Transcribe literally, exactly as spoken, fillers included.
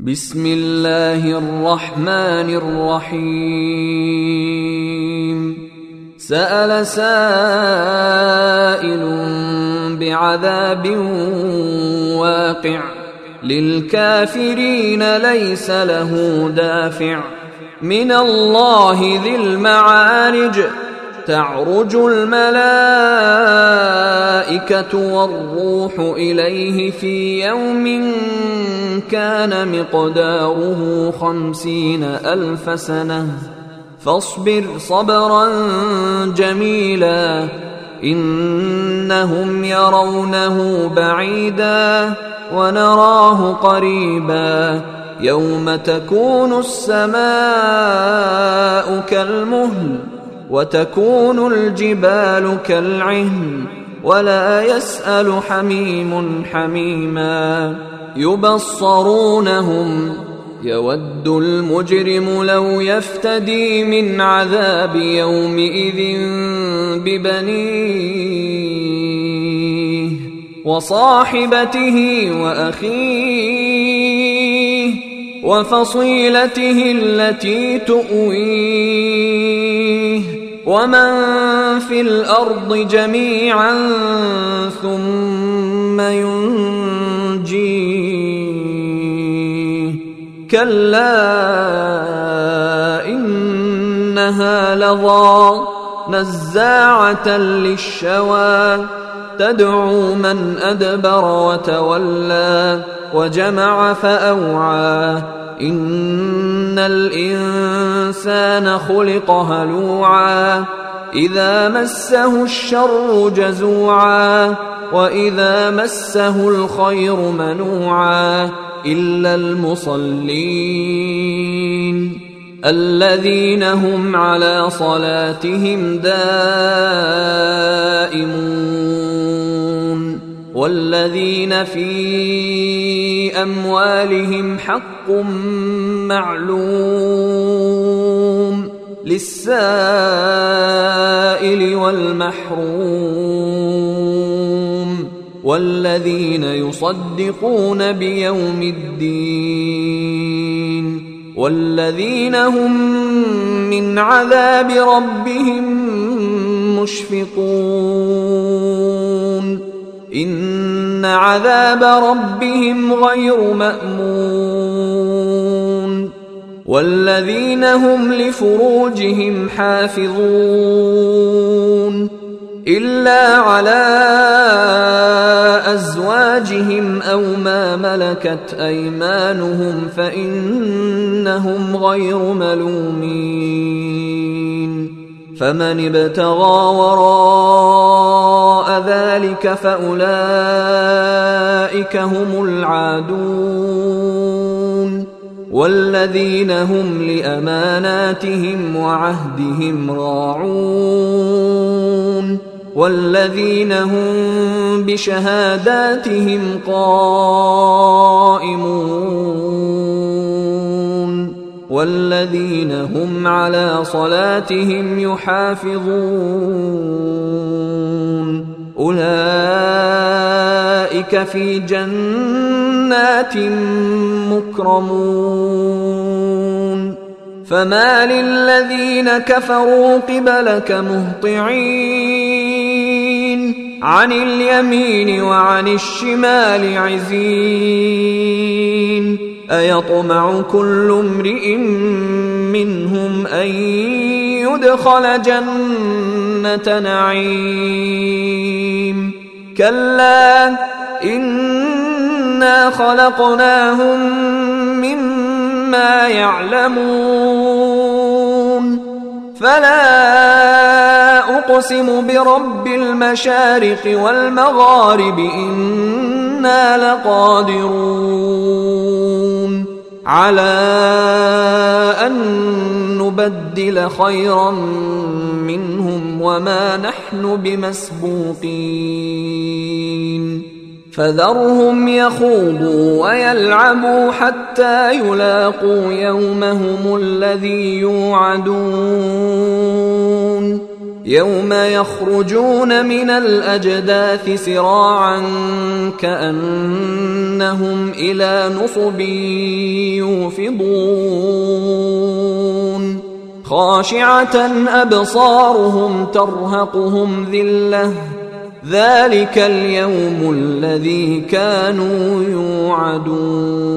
بسم الله الرحمن الرحيم سأل سائل بعذاب واقع للكافرين ليس له دافع من الله ذي المعارج تعرج الملائكة والروح إليه في يوم كان مقداره خمسين ألف سنة فاصبر صبرا جميلا إنهم يرونه بعيدا ونراه قريبا يوم تكون السماء كالمهل وتكون الجبال كالعهن ولا يسأل حميم حميما يبصرونهم يود المجرم لو يفتدي من عذاب يومئذ ببنيه وصاحبته وأخيه وفصيلته التي تؤويه ومن في الأرض جميعا ثم ينجيه كلا إنها لظى نزاعة للشوى تدعو من أدبر وتولى وجمع فأوعى إن الإنسان خلق هلوعا إذا مسه الشر جزوعا وإذا مسه الخير منوعا إلا المصلين الذين هم على صلاتهم دائمون والذين في أموالهم حق معلوم للسائل والمحروم والذين يصدقون بيوم الدين والذين هم من عذاب ربهم مشفقون إن عذاب ربهم غير مأمون والذين هم لفروجهم حافظون إلا على أزواجهم أو ما ملكت أيمانهم فإنهم غير ملومين فمن ابتغى وراء ذلك فأولئك هم العادون والذين هم لأماناتهم وعهدهم راعون والذين هم بشهاداتهم قائمون والذين هم على صلاتهم يحافظون أولئك في جنات مكرمون فما للذين كفروا قبلك مهطعين عن اليمين وعن الشمال عزين أيطمع كل امرئ منهم أن يدخل جنة نعيم كلا إنا خلقناهم مما يعلمون فلا أقسم برب المشارق والمغارب إنا لقادرون على أن نبدل خيرا منهم وما نحن بمسبوقين فذرهم يخوضوا ويلعبوا حتى يلاقوا يومهم الذي يوعدون يوم يخرجون من الأجداث سراعا كأنهم إلى نصب يوفضون خاشعة أبصارهم ترهقهم ذلة ذلك اليوم الذي كانوا يوعدون